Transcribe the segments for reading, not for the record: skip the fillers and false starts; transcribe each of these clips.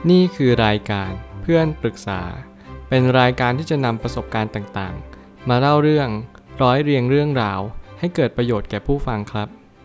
นี่คือรายการเพื่อนปรึกษาเป็นรายการที่จะนำประสบการณ์ต่างๆมาเล่าเรื่องร้อยเรียงเรื่องราวให้เกิดประโยชน์แก่ผู้ฟังครับ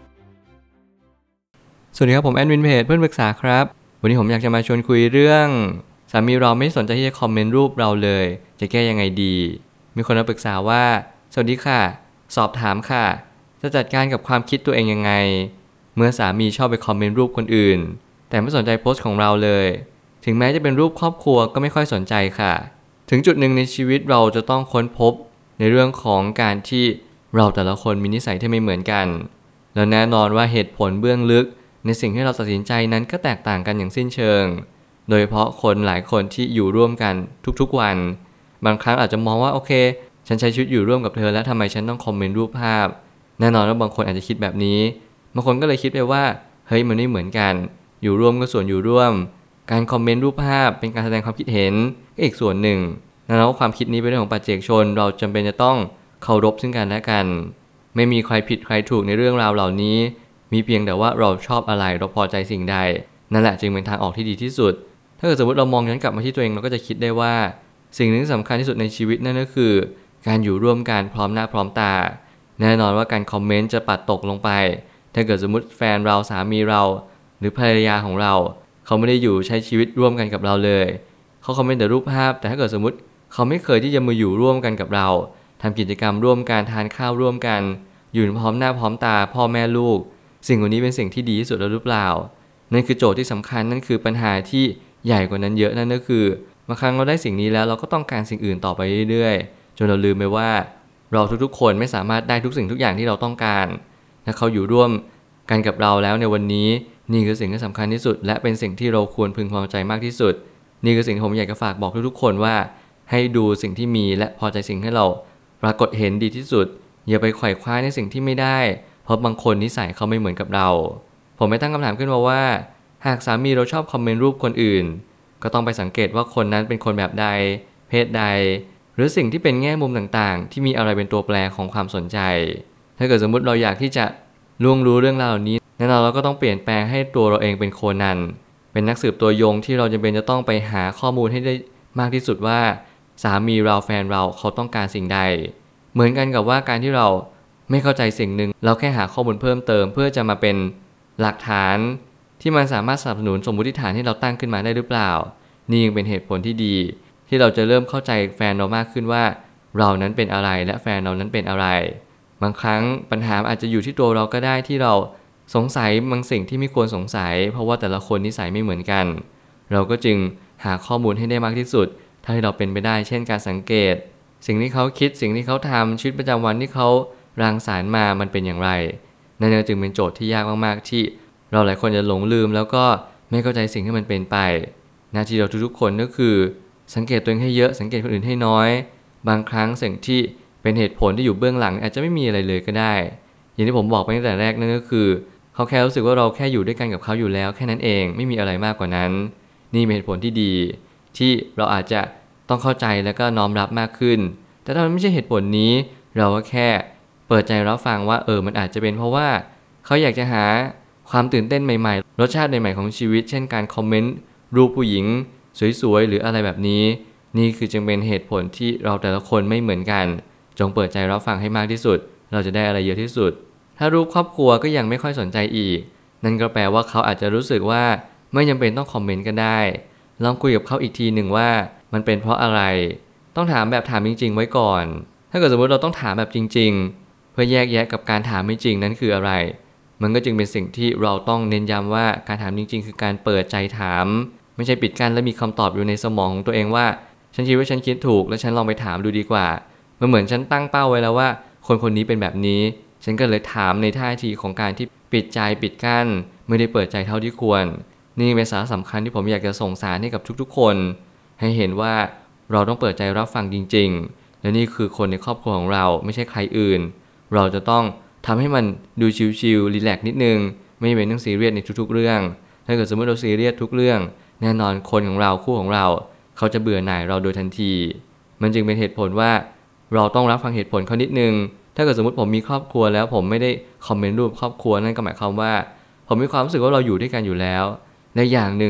สวัสดีครับผมแอดมินเพจเพื่อนปรึกษาครับวันนี้ผมอยากจะมาชวนคุยเรื่องสามีเราไม่สนใจที่จะคอมเมนต์รูปเราเลยจะแก้ยังไงดีมีคนมาปรึกษาว่าสวัสดีค่ะสอบถามค่ะจะจัดการกับความคิดตัวเองยังไงเมื่อสามีชอบไปคอมเมนต์รูปคนอื่นแต่ไม่สนใจโพสต์ของเราเลยถึงแม้จะเป็นรูปครอบครัวก็ไม่ค่อยสนใจค่ะถึงจุดหนึ่งในชีวิตเราจะต้องค้นพบในเรื่องของการที่เราแต่ละคนมีนิสัยที่ไม่เหมือนกันและแน่นอนว่าเหตุผลเบื้องลึกในสิ่งที่เราตัดสินใจนั้นก็แตกต่างกันอย่างสิ้นเชิงโดยเฉพาะคนหลายคนที่อยู่ร่วมกันทุกๆวันบางครั้งอาจจะมองว่าโอเคฉันใช้ชีวิตอยู่ร่วมกับเธอแล้วทำไมฉันต้องคอมเมนต์รูปภาพแน่นอนว่าบางคนอาจจะคิดแบบนี้บางคนก็เลยคิดไปว่าเฮ้ยมันไม่เหมือนกันอยู่ร่วมก็ส่วนอยู่ร่วมการคอมเมนต์รูปภาพเป็นการแสดงความคิดเห็นก็อีกส่วนหนึ่งแล้วความคิดนี้เป็นเรื่องของปัจเจกชนเราจำเป็นจะต้องเคารพซึ่งกันและกันไม่มีใครผิดใครถูกในเรื่องราวเหล่านี้มีเพียงแต่ว่าเราชอบอะไรเราพอใจสิ่งใดนั่นแหละจึงเป็นทางออกที่ดีที่สุดถ้าเกิดสมมติเรามองย้อนกลับมาที่ตัวเองเราก็จะคิดได้ว่าสิ่งหนึ่งที่สำคัญที่สุดในชีวิตนั่นก็คือการอยู่ร่วมกันพร้อมหน้าพร้อมตาแน่นอนว่าการคอมเมนต์จะปัดตกลงไปถ้าเกิดสมมติแฟนเราสามีเราหรือภรรยาของเราเขาไม่ได้อยู่ใช้ชีวิตร่วมกันกับเราเลยเขาคอมเมนต์แต่รูปภาพแต่ถ้าเกิดสมมติเขาไม่เคยที่จะมาอยู่ร่วมกันกับเราทำกิจกรรมร่วมกันทานข้าวร่วมกันอยู่พร้อมหน้าพร้อมตาพ่อแม่ลูกสิ่งเหล่านี้เป็นสิ่งที่ดีที่สุดแล้วหรือเปล่านั่นคือโจทย์ที่สำคัญนั่นคือปัญหาที่ใหญ่กว่านั้นเยอะนั่นก็คือบางครั้งเราได้สิ่งนี้แล้วเราก็ต้องการสิ่งอื่นต่อไปเรื่อยๆจนเราลืมไปว่าเราทุกๆคนไม่สามารถได้ทุกสิ่งทุกอย่างที่เราต้องการถ้าเขาอยู่ร่วมกันกับเราแล้วในวันนี้นี่คือสิ่งที่สำคัญที่สุดและเป็นสิ่งที่เราควรพึงพอใจมากที่สุดนี่คือสิ่งที่ผมอยากจะฝากบอกทุกๆคนว่าให้ดูสิ่งที่มีและพอใจสิ่งที่เราปรากฏเห็นดีที่สุดอย่าไปไขว่คว้าในสิ่งที่ไม่ได้เพราะบางคนนิสัยเขาไม่เหมือนกับเราผมไม่ตั้งคำถามขึ้นมาว่าหากสามีเราชอบคอมเมนต์รูปคนอื่นก็ต้องไปสังเกตว่าคนนั้นเป็นคนแบบใดเพศใดหรือสิ่งที่เป็นแง่มุมต่างๆที่มีอะไรเป็นตัวแปรของความสนใจถ้าเกิดสมมุติเราอยากที่จะล่วงรู้เรื่องราวเหล่านี้แน่นอนเราก็ต้องเปลี่ยนแปลงให้ตัวเราเองเป็นโคนันเป็นนักสืบตัวยงที่เราจำเป็นจะต้องไปหาข้อมูลให้ได้มากที่สุดว่าสามีเราแฟนเราเขาต้องการสิ่งใดเหมือนกันกับว่าการที่เราไม่เข้าใจสิ่งหนึ่งเราแค่หาข้อมูลเพิ่มเติมเพื่อจะมาเป็นหลักฐานที่มันสามารถสนับสนุนสมมติฐานที่เราตั้งขึ้นมาได้หรือเปล่านี่ยังเป็นเหตุผลที่ดีที่เราจะเริ่มเข้าใจแฟนเรามากขึ้นว่าเรานั้นเป็นอะไรและแฟนเรานั้นเป็นอะไรบางครั้งปัญหาอาจจะอยู่ที่ตัวเราก็ได้ที่เราสงสัยบางสิ่งที่ไม่ควรสงสัยเพราะว่าแต่ละคนนิสัยไม่เหมือนกันเราก็จึงหาข้อมูลให้ได้มากที่สุดถ้าให้เราเป็นไปได้เช่นการสังเกตสิ่งที่เขาคิดสิ่งที่เขาทำชีวิตประจำวันที่เขารังสรรค์มามันเป็นอย่างไรนั่นจึงเป็นโจทย์ที่ยากมากๆที่เราหลายคนจะหลงลืมแล้วก็ไม่เข้าใจสิ่งที่มันเป็นไปหน้าที่เราทุกๆคนก็คือสังเกตตัวเองให้เยอะสังเกตคนอื่นให้น้อยบางครั้งสิ่งที่เป็นเหตุผลที่อยู่เบื้องหลังอาจจะไม่มีอะไรเลยก็ได้อย่างที่ผมบอกไปตั้งแต่แรกนั่นก็คือเขาแค่รู้สึกว่าเราแค่อยู่ด้วยกันกับเขาอยู่แล้วแค่นั้นเองไม่มีอะไรมากกว่านั้นนี่เป็นเหตุผลที่ดีที่เราอาจจะต้องเข้าใจแล้วก็น้อมรับมากขึ้นแต่ถ้ามันไม่ใช่เหตุผลนี้เราก็แค่เปิดใจรับฟังว่ามันอาจจะเป็นเพราะว่าเขาอยากจะหาความตื่นเต้นใหม่ๆรสชาติใหม่ๆของชีวิตเช่นการคอมเมนต์รูปผู้หญิงสวยๆหรืออะไรแบบนี้นี่คือจึงเป็นเหตุผลที่เราแต่ละคนไม่เหมือนกันจงเปิดใจรับฟังให้มากที่สุดเราจะได้อะไรเยอะที่สุดถ้ารูปครอบครัวก็ยังไม่ค่อยสนใจอีกนั่นก็แปลว่าเขาอาจจะรู้สึกว่าไม่จำเป็นต้องคอมเมนต์ก็ได้ลองคุยกับเขาอีกทีหนึ่งว่ามันเป็นเพราะอะไรต้องถามแบบถามจริงๆไว้ก่อนถ้าเกิดสมมติเราต้องถามแบบจริงๆเพื่อแยกแยะกับการถามไม่จริงนั้นคืออะไรมันก็จึงเป็นสิ่งที่เราต้องเน้นย้ำว่าการถามจริงๆคือการเปิดใจถามไม่ใช่ปิดกั้นและมีคำตอบอยู่ในสมองของตัวเองว่าฉันคิดว่าฉันคิดถูกแล้วฉันลองไปถามดูดีกว่ามันเหมือนฉันตั้งเป้าไว้แล้วว่าคนคนนี้เป็นแบบนี้ฉันก็เลยถามในท่าทีของการที่ปิดใจปิดกั้นไม่ได้เปิดใจเท่าที่ควรนี่เป็นสาระสำคัญที่ผมอยากจะส่งสารให้กับทุกๆคนให้เห็นว่าเราต้องเปิดใจรับฟังจริงๆและนี่คือคนในครอบครัวของเราไม่ใช่ใครอื่นเราจะต้องทำให้มันดูชิลๆรีแลกซ์นิดนึงไม่เป็นต้องซีเรียสในทุกๆเรื่องถ้าเกิดสมมติเราซีเรียสทุกเรื่องแน่นอนคนของเราคู่ของเราเขาจะเบื่อหน่ายเราโดยทันทีมันจึงเป็นเหตุผลว่าเราต้องรับฟังเหตุผลเขานิดนึงถ้าเกิดสมมติผมมีครอบครัวแล้วผมไม่ได้คอมเมนต์รูปครอบครัวนั่นก็หมายความว่าผมมีความรู้สึกว่าเราอยู่ด้วยกันอยู่แล้วและอย่างหนึ่ง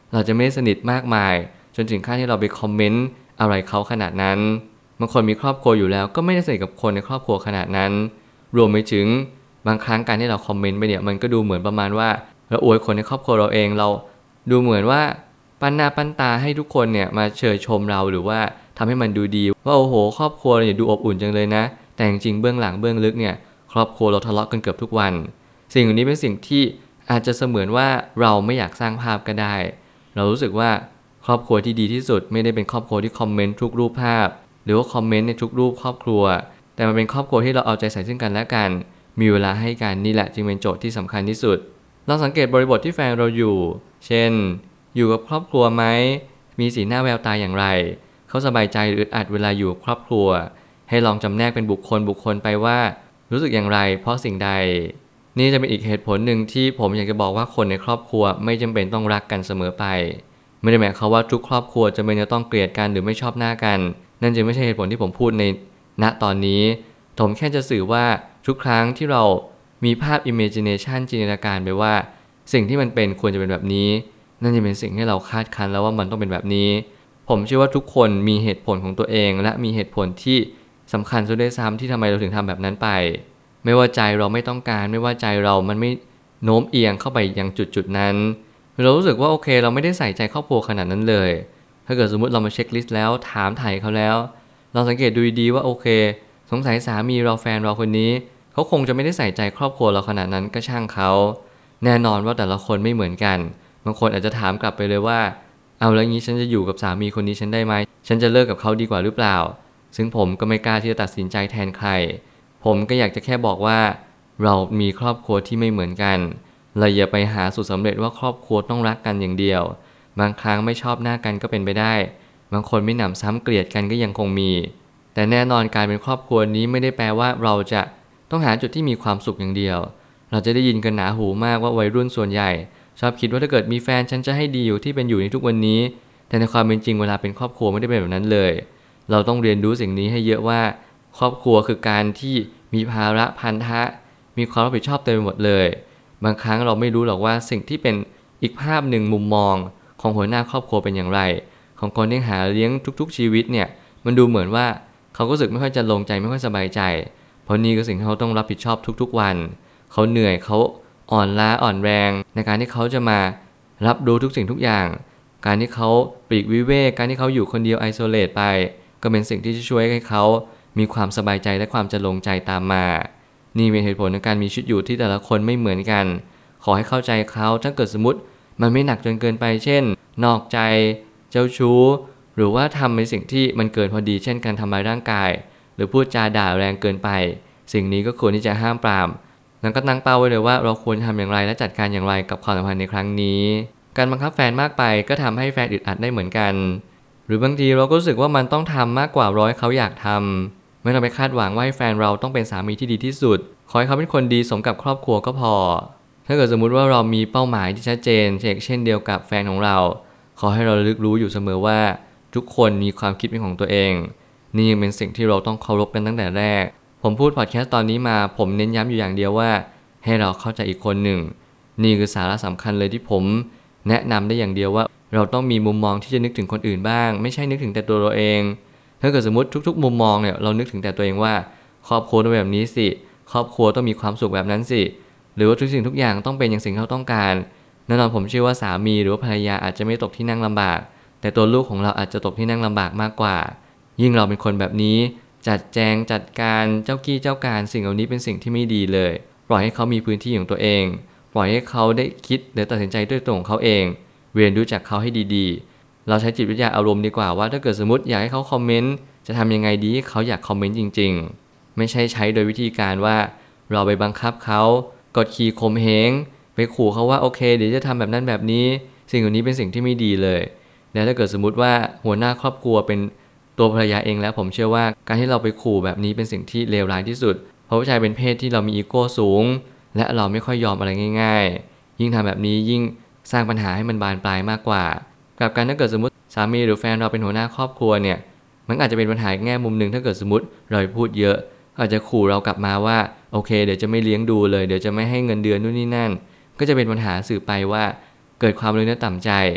เราจะไม่ได้สนิทมากมายจนถึงขั้นที่เราไปคอมเมนต์อะไรเขาขนาดนั้นบางคนมีครอบครัวอยู่แล้วก็ไม่ได้สนิทกับคนในครอบครัวขนาดนั้นรวมไปถึงบางครั้งการที่เราคอมเมนต์ไปเนี่ยมันก็ดูเหมือนประมาณว่าเราอวยคนในครอบครัวเราเองเราดูเหมือนว่าปั้นหน้าปั้นตาให้ทุกคนเนี่ยมาเชยชมเราหรือว่าทำให้มันดูดีว่าโอ้โหครอบครัวเนี่ยดูอบอุ่นจังเลยนะแต่จริงๆเบื้องหลังเบื้องลึกเนี่ยครอบครัวเราทะเลาะกันเกือบทุกวันสิ่งเหล่านี้เป็นสิ่งที่อาจจะเสมือนว่าเราไม่อยากสร้างภาพก็ได้เรารู้สึกว่าครอบครัวที่ดีที่สุดไม่ได้เป็นครอบครัวที่คอมเมนต์ทุกรูปภาพหรือว่าคอมเมนต์ในทุกรูปครอบครัวแต่มันเป็นครอบครัวที่เราเอาใจใส่ซึ่งกันและกันมีเวลาให้กันนี่แหละจึงเป็นโจทย์ที่สำคัญที่สุดเราสังเกตบริบทที่แฟนเราอยู่เช่นอยู่กับครอบครัวไหมมีสีหน้าแววตาอย่างไรเขาสบายใจหรืออึดอัดเวลาอยู่กับครอบครัวให้ลองจำแนกเป็นบุคคลไปว่ารู้สึกอย่างไรเพราะสิ่งใดนี่จะเป็นอีกเหตุผลหนึ่งที่ผมอยากจะบอกว่าคนในครอบครัวไม่จำเป็นต้องรักกันเสมอไปไม่ได้หมายความว่าทุกครอบครัวจะต้องเกลียดกันหรือไม่ชอบหน้ากันนั่นจึงไม่ใช่เหตุผลที่ผมพูดในณตอนนี้ผมแค่จะสื่อว่าทุกครั้งที่เรามีภาพ imagination จินตนาการไปว่าสิ่งที่มันเป็นควรจะเป็นแบบนี้นั่นจะเป็นสิ่งที่เราคาดคั้นแล้วว่ามันต้องเป็นแบบนี้ผมเชื่อว่าทุกคนมีเหตุผลของตัวเองและมีเหตุผลที่สำคัญซะด้วยซ้ำที่ทำไมเราถึงทำแบบนั้นไปไม่ว่าใจเราไม่ต้องการไม่ว่าใจเรามันไม่โน้มเอียงเข้าไปยังจุดนั้นเรารู้สึกว่าโอเคเราไม่ได้ใส่ใจครอบครัวขนาดนั้นเลยถ้าเกิดสมมติเรามาเช็คลิสต์แล้วถามไถ่เขาแล้วเราสังเกตดูดีๆว่าโอเคสงสัยสามีเราแฟนเราคนนี้เขาคงจะไม่ได้ใส่ใจครอบครัวเราขนาดนั้นก็ช่างเขาแน่นอนว่าแต่ละคนไม่เหมือนกันบางคนอาจจะถามกลับไปเลยว่าเอาแล้วงี้ฉันจะอยู่กับสามีคนนี้ฉันได้ไหมฉันจะเลิกกับเขาดีกว่าหรือเปล่าซึ่งผมก็ไม่กล้าที่จะตัดสินใจแทนใครผมก็อยากจะแค่บอกว่าเรามีครอบครัวที่ไม่เหมือนกันเราอย่าไปหาสูตรสำเร็จว่าครอบครัวต้องรักกันอย่างเดียวบางครั้งไม่ชอบหน้ากันก็เป็นไปได้บางคนไม่หนำซ้ำเกลียดกันก็ยังคงมีแต่แน่นอนการเป็นครอบครัวนี้ไม่ได้แปลว่าเราจะต้องหาจุดที่มีความสุขอย่างเดียวเราจะได้ยินกันหนาหูมากว่าวัยรุ่นส่วนใหญ่ชอบคิดว่าถ้าเกิดมีแฟนฉันจะให้ดีอยู่ที่เป็นอยู่ในทุกวันนี้แต่ในความเป็นจริงเวลาเป็นครอบครัวไม่ได้เป็นแบบนั้นเลยเราต้องเรียนรู้สิ่งนี้ให้เยอะว่าครอบครัวคือการที่มีภาระพันธะมีความรับผิดชอบเต็มไปหมดเลยบางครั้งเราไม่รู้หรอกว่าสิ่งที่เป็นอีกภาพหนึ่งมุมมองของหัวหน้าครอบครัวเป็นอย่างไรของคนที่หาเลี้ยงทุกๆชีวิตเนี่ยมันดูเหมือนว่าเขาก็รู้สึกไม่ค่อยจะลงใจไม่ค่อยสบายใจเพราะนี่คือสิ่งที่เขาต้องรับผิดชอบทุกๆวันเขาเหนื่อยเขาอ่อนล้าอ่อนแรงในการที่เขาจะมารับรู้ทุกสิ่งทุกอย่างการที่เขาปลีกวิเวกการที่เขาอยู่คนเดียวไอโซเลตไปก็เป็นสิ่งที่จะช่วยให้เขามีความสบายใจและความจะลงใจตามมานี่เป็นเหตุผลในการมีชีวิตอยู่ที่แต่ละคนไม่เหมือนกันขอให้เข้าใจเขาถ้าเกิดสมมติมันไม่หนักจนเกินไปเช่นนอกใจเจ้าชู้หรือว่าทำในสิ่งที่มันเกินพอดีเช่นการทำร้ายร่างกายหรือพูดจาด่าแรงเกินไปสิ่งนี้ก็ควรที่จะห้ามปรามแล้วก็ตั้งเป้าไว้เลยว่าเราควรทำอย่างไรและจัดการอย่างไรกับความสัมพันธ์ในครั้งนี้การบังคับแฟนมากไปก็ทำให้แฟนอึดอัดได้เหมือนกันหรือบางทีเราก็รู้สึกว่ามันต้องทำมากกว่าร้อยเขาอยากทำไม่ต้องไปคาดหวังว่าให้แฟนเราต้องเป็นสามีที่ดีที่สุดขอให้เขาเป็นคนดีสมกับครอบครัวก็พอถ้าเกิดสมมุติว่าเรามีเป้าหมายที่ชัดเจนเช่นเดียวกับแฟนของเราขอให้เราระลึกรู้อยู่เสมอว่าทุกคนมีความคิดเป็นของตัวเองนี่ยังเป็นสิ่งที่เราต้องเคารพกันตั้งแต่แรกผมพูดพอดแคสต์ตอนนี้มาผมเน้นย้ำอยู่อย่างเดียวว่าให้เราเข้าใจอีกคนหนึ่งนี่คือสาระสำคัญเลยที่ผมแนะนำได้อย่างเดียวว่าเราต้องมีมุมมองที่จะนึกถึงคนอื่นบ้างไม่ใช่นึกถึงแต่ตัวเราเองถ้าเกิดสมมติทุกๆมุมมองเนี่ยเรานึกถึงแต่ตัวเองว่าครอบครัวต้องแบบนี้สิครอบครัวต้องมีความสุขแบบนั้นสิหรือว่าทุกสิ่งทุกอย่างต้องเป็นอย่างสิ่งที่เขาต้องการแน่นอนผมเชื่อว่าสามีหรือว่าภรรยาอาจจะไม่ตกที่นั่งลำบากแต่ตัวลูกของเราอาจจะตกที่นั่งลำบากมากกว่ายิ่งเราเป็นคนแบบนี้จัดแจงจัดการเจ้ากี้เจ้าการสิ่งเหล่านี้เป็นสิ่งที่ไม่ดีเลยปล่อยให้เขามีพื้นที่ของตัวเองปล่อยให้เขาได้คิดหรือตัดสินใจด้วยตัวของเขาเองเรียนรู้จักเขาให้ดีๆเราใช้จิตวิทยาอารมณ์ดีกว่าว่าถ้าเกิดสมมติอยากให้เขาคอมเมนต์จะทำยังไงดีให้เขาอยากคอมเมนต์จริงๆไม่ใช่ใช้โดยวิธีการว่าเราไปบังคับเขากดขี่ข่มเหงไปขู่เขาว่าโอเคเดี๋ยวจะทำแบบนั้นแบบนี้สิ่งเหล่านี้เป็นสิ่งที่ไม่ดีเลยแล้วถ้าเกิดสมมติว่าหัวหน้าครอบครัวเป็นตัวภรรยาเองแล้วผมเชื่อว่าการที่เราไปขู่แบบนี้เป็นสิ่งที่เลวร้ายที่สุดเพราะผู้ชายเป็นเพศที่เรามีอีโก้สูงและเราไม่ค่อยยอมอะไรง่ายๆยิ่งทำแบบนี้ยิ่งสร้างปัญหาให้มันบานปลายมากกว่ากลับกันถ้าเกิดสมมติสามีหรือแฟนเราเป็นหัวหน้าครอบครัวเนี่ยมันอาจจะเป็นปัญหาแง่มุมนึงถ้าเกิดสมมติเราพูดเยอะอาจจะขู่เรากลับมาว่าโอเคเดี๋ยวจะไม่เลี้ยงดูเลยเดี๋ยวจะไม่ให้เงินเดือนนู่นนี่นั่นก็จะเป็นปัญหาสืบไปว่าเกิดความรู้เนื้อต่ำใจ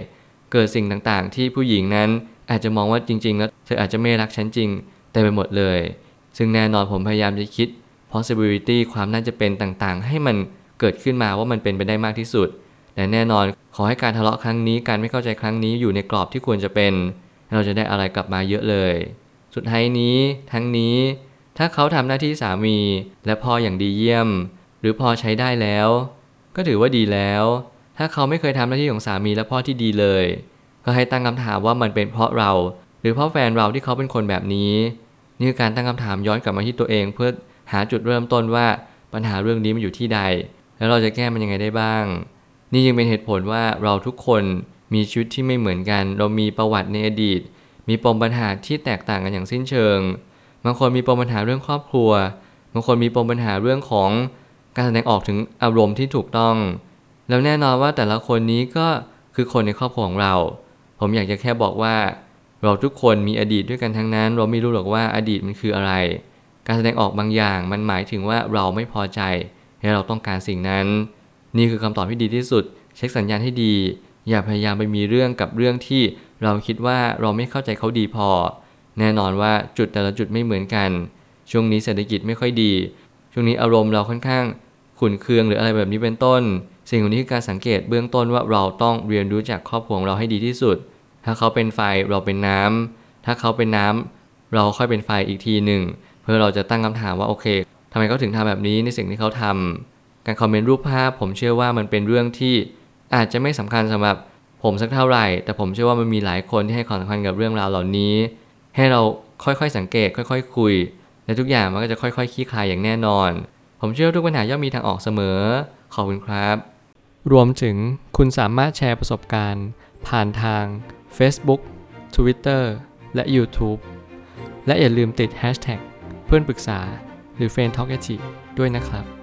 เกิดสิ่งต่างๆที่ผู้หญิงนั้นอาจจะมองว่าจริงๆแล้วเธออาจจะไม่รักฉันจริงแต่ไปหมดเลยซึ่งแน่นอนผมพยายามจะคิด possibility ความน่าจะเป็นต่างๆให้มันเกิดขึ้นมาว่ามันเป็นไปได้มากที่สุดและแน่นอนขอให้การทะเลาะครั้งนี้การไม่เข้าใจครั้งนี้อยู่ในกรอบที่ควรจะเป็นเราจะได้อะไรกลับมาเยอะเลยสุดท้ายนี้ทั้งนี้ถ้าเขาทำหน้าที่สามีและพ่ออย่างดีเยี่ยมหรือพอใช้ได้แล้วก็ถือว่าดีแล้วถ้าเขาไม่เคยทำหน้าที่ของสามีและพ่อที่ดีเลยก็ให้ตั้งคำถามว่ามันเป็นเพราะเราหรือเพราะแฟนเราที่เขาเป็นคนแบบนี้นี่คือการตั้งคำถามย้อนกลับมาที่ตัวเองเพื่อหาจุดเริ่มต้นว่าปัญหาเรื่องนี้มันอยู่ที่ใดแล้วเราจะแก้มันยังไงได้บ้างนี่ยังเป็นเหตุผลว่าเราทุกคนมีชีวิตที่ไม่เหมือนกันเรามีประวัติในอดีตมีปมปัญหาที่แตกต่างกันอย่างสิ้นเชิงบางคนมีปมปัญหาเรื่องครอบครัวบางคนมีปมปัญหาเรื่องของการแสดงออกถึงอารมณ์ที่ถูกต้องแล้วแน่นอนว่าแต่ละคนนี้ก็คือคนในครอบครัวของเราผมอยากจะแค่บอกว่าเราทุกคนมีอดีตด้วยกันทั้งนั้นเราไม่รู้หรอกว่าอดีตมันคืออะไรการแสดงออกบางอย่างมันหมายถึงว่าเราไม่พอใจและเราต้องการสิ่งนั้นนี่คือคำตอบที่ดีที่สุดเช็คสัญญาณให้ดีอย่าพยายามไปมีเรื่องกับเรื่องที่เราคิดว่าเราไม่เข้าใจเขาดีพอแน่นอนว่าจุดแต่ละจุดไม่เหมือนกันช่วงนี้เศรษฐกิจไม่ค่อยดีช่วงนี้อารมณ์เราค่อนข้างขุ่นเคืองหรืออะไรแบบนี้เป็นต้นสิ่งเหล่านี้คือการสังเกตเบื้องต้นว่าเราต้องเรียนรู้จากครอบครัวของเราให้ดีที่สุดถ้าเขาเป็นไฟเราเป็นน้ำถ้าเขาเป็นน้ำเราค่อยเป็นไฟอีกทีหนึ่งเพื่อเราจะตั้งคำถามว่าโอเคทำไมเขาถึงทำแบบนี้ในสิ่งที่เขาทำการคอมเมนต์รูปภาพผมเชื่อว่ามันเป็นเรื่องที่อาจจะไม่สำคัญสำหรับผมสักเท่าไหร่แต่ผมเชื่อว่ามันมีหลายคนที่ให้ความสำคัญกับเรื่องราวเหล่านี้ให้เราค่อยๆสังเกตค่อยๆคุยและทุกอย่างมันก็จะค่อยๆคลี่คลายอย่างแน่นอนผมเชื่อว่าทุกปัญหาย่อมมีทางออกเสมอขอบคุณครับรวมถึงคุณสามารถแชร์ประสบการณ์ผ่านทาง Facebook Twitter และ YouTube และอย่าลืมติด hashtag เพื่อนปรึกษาหรือ Friend Talkative ด้วยนะครับ